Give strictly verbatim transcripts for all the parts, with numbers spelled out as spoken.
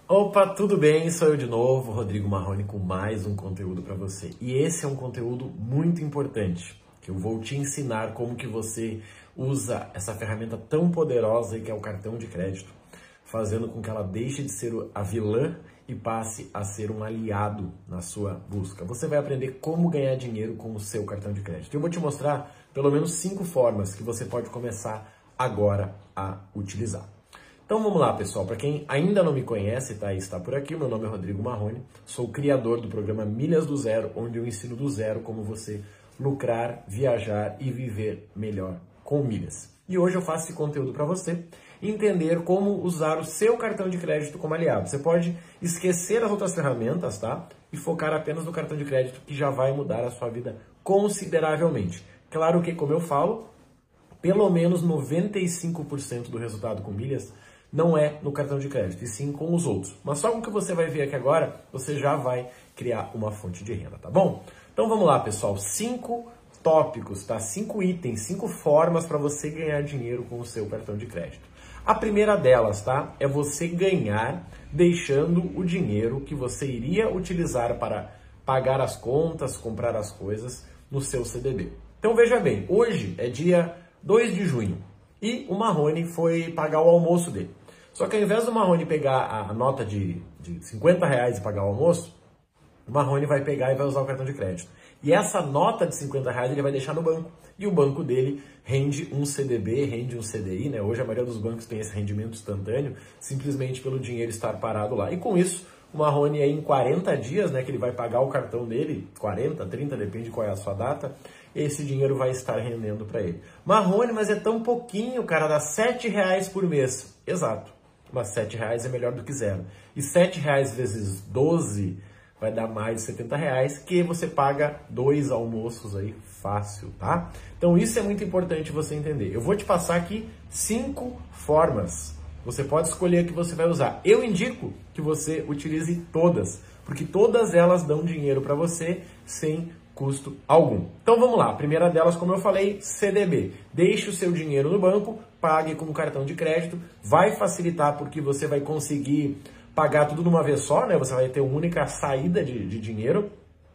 Opa, tudo bem? Sou eu de novo, Rodrigo Marrone, com mais um conteúdo para você. E esse é um conteúdo muito importante, que eu vou te ensinar como que você usa essa ferramenta tão poderosa que é o cartão de crédito, fazendo com que ela deixe de ser a vilã e passe a ser um aliado na sua busca. Você vai aprender como ganhar dinheiro com o seu cartão de crédito. Eu vou te mostrar pelo menos cinco formas que você pode começar agora a utilizar. Então vamos lá, pessoal. Para quem ainda não me conhece, tá, e está por aqui, meu nome é Rodrigo Marrone, sou o criador do programa Milhas do Zero, onde eu ensino do zero como você lucrar, viajar e viver melhor com milhas. E hoje eu faço esse conteúdo para você entender como usar o seu cartão de crédito como aliado. Você pode esquecer as outras ferramentas, tá? E focar apenas no cartão de crédito, que já vai mudar a sua vida consideravelmente. Claro que, como eu falo, pelo menos noventa e cinco por cento do resultado com milhas não é no cartão de crédito, e sim com os outros. Mas só com o que você vai ver aqui agora, você já vai criar uma fonte de renda, tá bom? Então vamos lá, pessoal. Cinco tópicos, tá? Cinco itens, cinco formas para você ganhar dinheiro com o seu cartão de crédito. A primeira delas, tá? É você ganhar deixando o dinheiro que você iria utilizar para pagar as contas, comprar as coisas no seu C D B. Então veja bem, hoje é dia dois de junho e o Marrone foi pagar o almoço dele. Só que ao invés do Marrone pegar a nota de, de cinquenta reais e pagar o almoço, o Marrone vai pegar e vai usar o cartão de crédito. E essa nota de cinquenta reais ele vai deixar no banco. E o banco dele rende um C D B, rende um C D I, né? Hoje a maioria dos bancos tem esse rendimento instantâneo, simplesmente pelo dinheiro estar parado lá. E com isso, o Marrone aí em quarenta dias, né, que ele vai pagar o cartão dele, quarenta, trinta, depende qual é a sua data, esse dinheiro vai estar rendendo para ele. Marrone, mas é tão pouquinho, cara, dá sete reais por mês. Exato. Mas sete reais é melhor do que zero. E sete reais vezes doze vai dar mais de setenta reais, que você paga dois almoços aí fácil, tá? Então isso é muito importante você entender. Eu vou te passar aqui cinco formas. Você pode escolher a que você vai usar. Eu indico que você utilize todas, porque todas elas dão dinheiro para você sem custo algum. Então vamos lá. A primeira delas, como eu falei, C D B. Deixe o seu dinheiro no banco, pague com o cartão de crédito, vai facilitar porque você vai conseguir pagar tudo de uma vez só, né? Você vai ter uma única saída de, de dinheiro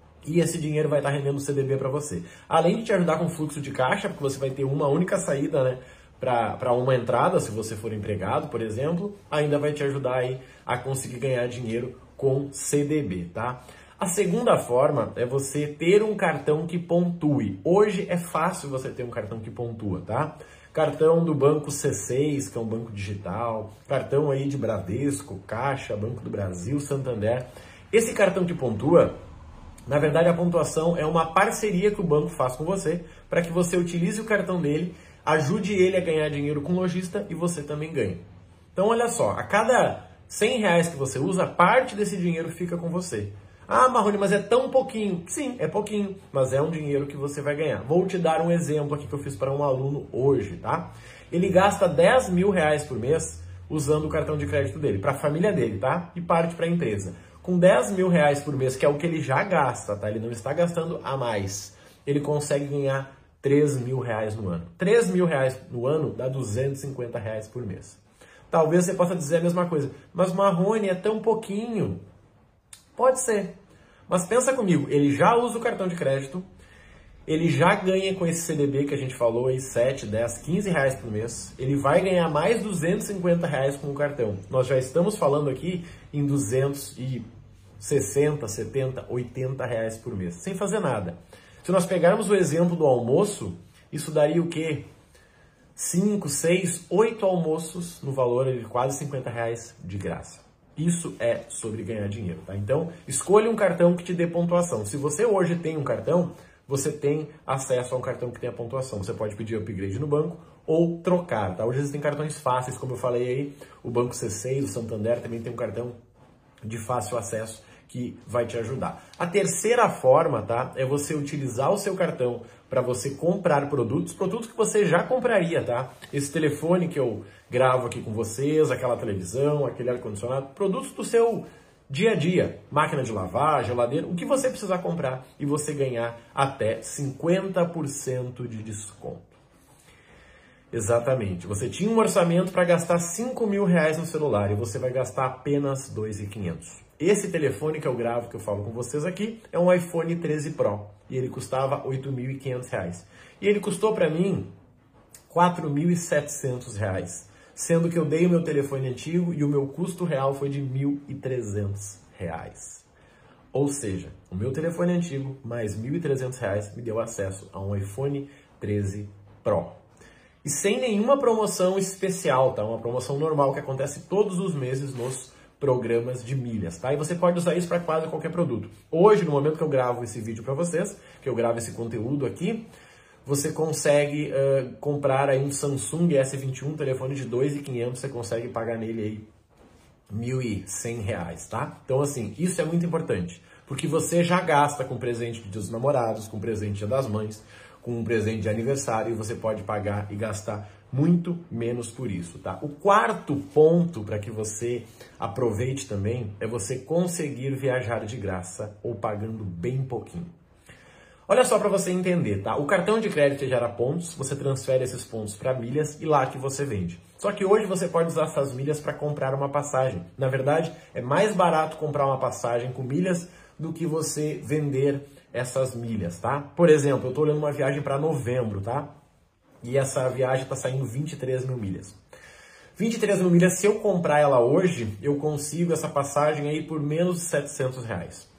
e esse dinheiro vai estar rendendo C D B para você. Além de te ajudar com fluxo de caixa, porque você vai ter uma única saída, né? Para uma entrada, se você for empregado, por exemplo, ainda vai te ajudar aí a conseguir ganhar dinheiro com C D B, tá? A segunda forma é você ter um cartão que pontue. Hoje é fácil você ter um cartão que pontua, tá? Cartão do Banco C seis, que é um banco digital, cartão aí de Bradesco, Caixa, Banco do Brasil, Santander. Esse cartão que pontua, na verdade a pontuação é uma parceria que o banco faz com você para que você utilize o cartão dele, ajude ele a ganhar dinheiro com lojista e você também ganha. Então olha só, a cada cem reais que você usa, parte desse dinheiro fica com você. Ah, Marrone, mas é tão pouquinho. Sim, é pouquinho, mas é um dinheiro que você vai ganhar. Vou te dar um exemplo aqui que eu fiz para um aluno hoje, tá? Ele gasta dez mil reais por mês usando o cartão de crédito dele, para a família dele, tá? E parte para a empresa. Com dez mil reais por mês, que é o que ele já gasta, tá? Ele não está gastando a mais. Ele consegue ganhar três mil reais no ano. três mil reais no ano dá duzentos e cinquenta reais por mês. Talvez você possa dizer a mesma coisa, mas Marrone é tão pouquinho. Pode ser, mas pensa comigo, ele já usa o cartão de crédito, ele já ganha com esse C D B que a gente falou aí, sete, dez, quinze reais por mês, ele vai ganhar mais duzentos e cinquenta reais com o cartão. Nós já estamos falando aqui em duzentos e sessenta, setenta, oitenta reais por mês, sem fazer nada. Se nós pegarmos o exemplo do almoço, isso daria o quê? cinco, seis, oito almoços no valor de quase cinquenta reais de graça. Isso é sobre ganhar dinheiro, tá? Então, escolha um cartão que te dê pontuação. Se você hoje tem um cartão, você tem acesso a um cartão que tenha pontuação. Você pode pedir upgrade no banco ou trocar, tá? Hoje existem cartões fáceis, como eu falei aí, o Banco C seis, o Santander também tem um cartão de fácil acesso que vai te ajudar. A terceira forma, tá, é você utilizar o seu cartão para você comprar produtos, produtos que você já compraria, tá? Esse telefone que eu gravo aqui com vocês, aquela televisão, aquele ar-condicionado, produtos do seu dia a dia, máquina de lavar, geladeira, o que você precisar comprar e você ganhar até cinquenta por cento de desconto. Exatamente. Você tinha um orçamento para gastar cinco mil reais no celular e você vai gastar apenas dois mil e quinhentos. Esse telefone que eu gravo, que eu falo com vocês aqui, é um iPhone treze Pro e ele custava oito mil e quinhentos reais. E ele custou para mim quatro mil e setecentos reais, sendo que eu dei o meu telefone antigo e o meu custo real foi de mil e trezentos reais. Ou seja, o meu telefone antigo mais mil e trezentos reais me deu acesso a um iPhone treze Pro. E sem nenhuma promoção especial, tá? Uma promoção normal que acontece todos os meses nos programas de milhas, tá? E você pode usar isso para quase qualquer produto. Hoje, no momento que eu gravo esse vídeo para vocês, que eu gravo esse conteúdo aqui, você consegue uh, comprar aí um Samsung S vinte e um, telefone de dois mil e quinhentos, você consegue pagar nele aí mil e cem reais, tá? Então, assim, isso é muito importante, porque você já gasta com presente de Dia dos Namorados, com presente de Dia das Mães, com um presente de aniversário, e você pode pagar e gastar muito menos por isso, tá? O quarto ponto para que você aproveite também é você conseguir viajar de graça ou pagando bem pouquinho. Olha só para você entender, tá? O cartão de crédito gera pontos, você transfere esses pontos para milhas e lá que você vende. Só que hoje você pode usar essas milhas para comprar uma passagem. Na verdade, é mais barato comprar uma passagem com milhas do que você vender essas milhas, tá? Por exemplo, eu estou olhando uma viagem para novembro, tá? E essa viagem está saindo vinte e três mil milhas. vinte e três mil milhas, se eu comprar ela hoje, eu consigo essa passagem aí por menos de setecentos reais.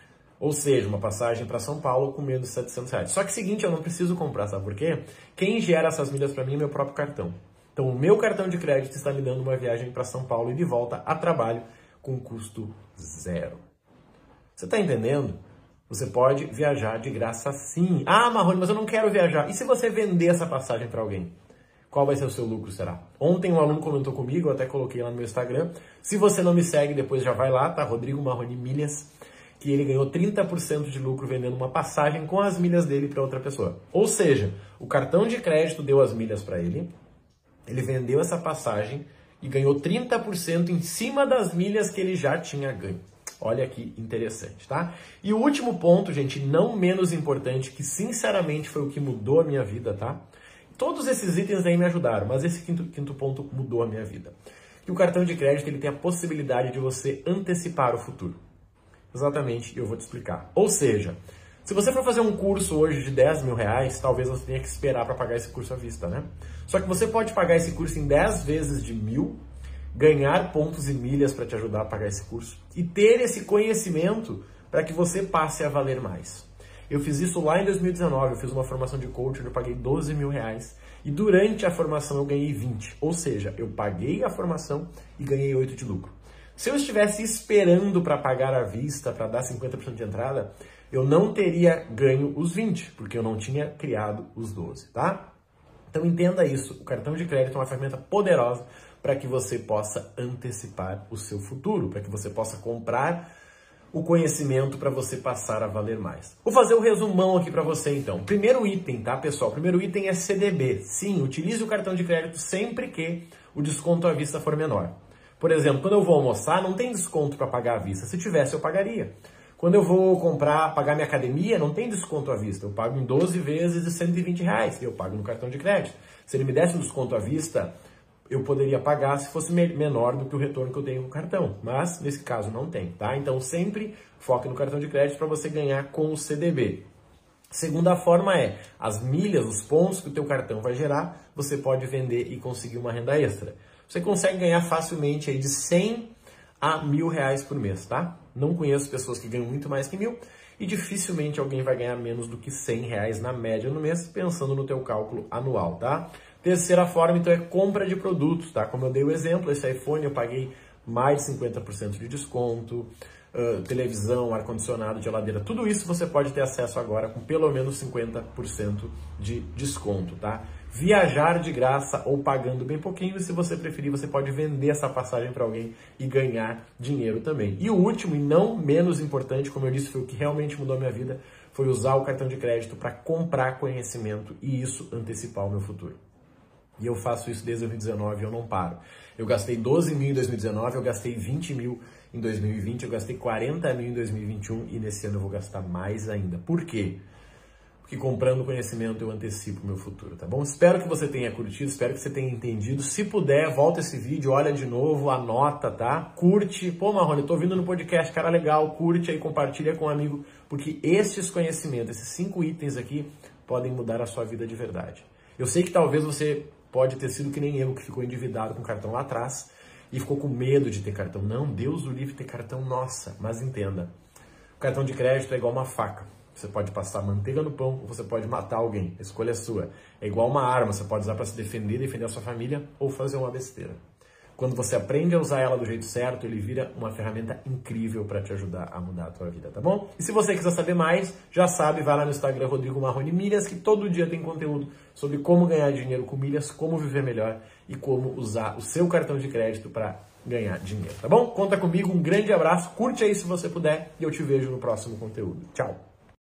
Ou seja, uma passagem para São Paulo com menos de setecentos reais. Só que é o seguinte, eu não preciso comprar, sabe por quê? Quem gera essas milhas para mim é meu próprio cartão. Então, o meu cartão de crédito está me dando uma viagem para São Paulo e de volta a trabalho com custo zero. Você está entendendo? Você pode viajar de graça sim. Ah, Marrone, mas eu não quero viajar. E se você vender essa passagem para alguém? Qual vai ser o seu lucro, será? Ontem um aluno comentou comigo, eu até coloquei lá no meu Instagram. Se você não me segue, depois já vai lá, tá? Rodrigo Marrone Milhas, que ele ganhou trinta por cento de lucro vendendo uma passagem com as milhas dele para outra pessoa. Ou seja, o cartão de crédito deu as milhas para ele, ele vendeu essa passagem e ganhou trinta por cento em cima das milhas que ele já tinha ganho. Olha que interessante, tá? E o último ponto, gente, não menos importante, que sinceramente foi o que mudou a minha vida, tá? Todos esses itens aí me ajudaram, mas esse quinto, quinto ponto mudou a minha vida. Que o cartão de crédito ele tem a possibilidade de você antecipar o futuro. Exatamente, eu vou te explicar. Ou seja, se você for fazer um curso hoje de dez mil reais, talvez você tenha que esperar para pagar esse curso à vista, né? Só que você pode pagar esse curso em dez vezes de mil, ganhar pontos e milhas para te ajudar a pagar esse curso e ter esse conhecimento para que você passe a valer mais. Eu fiz isso lá em dois mil e dezenove, eu fiz uma formação de coaching, eu paguei doze mil reais e durante a formação eu ganhei vinte, ou seja, eu paguei a formação e ganhei oito de lucro. Se eu estivesse esperando para pagar à vista, para dar cinquenta por cento de entrada, eu não teria ganho os vinte, porque eu não tinha criado os doze, tá? Então entenda isso, o cartão de crédito é uma ferramenta poderosa para que você possa antecipar o seu futuro, para que você possa comprar o conhecimento para você passar a valer mais. Vou fazer o um resumão aqui para você então. Primeiro item, tá, pessoal? Primeiro item é C D B. Sim, utilize o cartão de crédito sempre que o desconto à vista for menor. Por exemplo, quando eu vou almoçar, não tem desconto para pagar à vista. Se tivesse, eu pagaria. Quando eu vou comprar, pagar minha academia, não tem desconto à vista. Eu pago em doze vezes de cento e vinte reais. Eu pago no cartão de crédito. Se ele me desse um desconto à vista, eu poderia pagar se fosse menor do que o retorno que eu tenho com o cartão. Mas, nesse caso, não tem, tá? Então, sempre foque no cartão de crédito para você ganhar com o C D B. Segunda forma é, as milhas, os pontos que o teu cartão vai gerar, você pode vender e conseguir uma renda extra. Você consegue ganhar facilmente aí de cem a mil reais por mês, tá? Não conheço pessoas que ganham muito mais que mil e dificilmente alguém vai ganhar menos do que cem reais na média no mês, pensando no teu cálculo anual, tá? Terceira forma, então, é compra de produtos, tá? Como eu dei o exemplo, esse iPhone eu paguei mais de cinquenta por cento de desconto, uh, televisão, ar-condicionado, geladeira, tudo isso você pode ter acesso agora com pelo menos cinquenta por cento de desconto, tá? Viajar de graça ou pagando bem pouquinho, e se você preferir, você pode vender essa passagem para alguém e ganhar dinheiro também. E o último, e não menos importante, como eu disse, foi o que realmente mudou a minha vida, foi usar o cartão de crédito para comprar conhecimento e isso antecipar o meu futuro. E eu faço isso desde dois mil e dezenove e eu não paro. Eu gastei doze mil em dois mil e dezenove, eu gastei vinte mil em dois mil e vinte, eu gastei quarenta mil em dois mil e vinte e um e nesse ano eu vou gastar mais ainda. Por quê? porque comprando conhecimento eu antecipo o meu futuro, tá bom? Espero que você tenha curtido, espero que você tenha entendido. Se puder, volta esse vídeo, olha de novo, anota, tá? Curte. Pô, Marrone, eu tô ouvindo no podcast, cara, legal. Curte aí, compartilha com um amigo, porque esses conhecimentos, esses cinco itens aqui, podem mudar a sua vida de verdade. Eu sei que talvez você pode ter sido que nem eu, que ficou endividado com cartão lá atrás e ficou com medo de ter cartão. Não, Deus o livre ter cartão, nossa. Mas entenda, o cartão de crédito é igual uma faca. Você pode passar manteiga no pão ou você pode matar alguém. A escolha é sua. É igual uma arma, você pode usar para se defender, defender a sua família ou fazer uma besteira. Quando você aprende a usar ela do jeito certo, ele vira uma ferramenta incrível para te ajudar a mudar a tua vida, tá bom? E se você quiser saber mais, já sabe, vai lá no Instagram Rodrigo Marrone Milhas, que todo dia tem conteúdo sobre como ganhar dinheiro com milhas, como viver melhor e como usar o seu cartão de crédito para ganhar dinheiro, tá bom? Conta comigo, um grande abraço, curte aí se você puder e eu te vejo no próximo conteúdo. Tchau!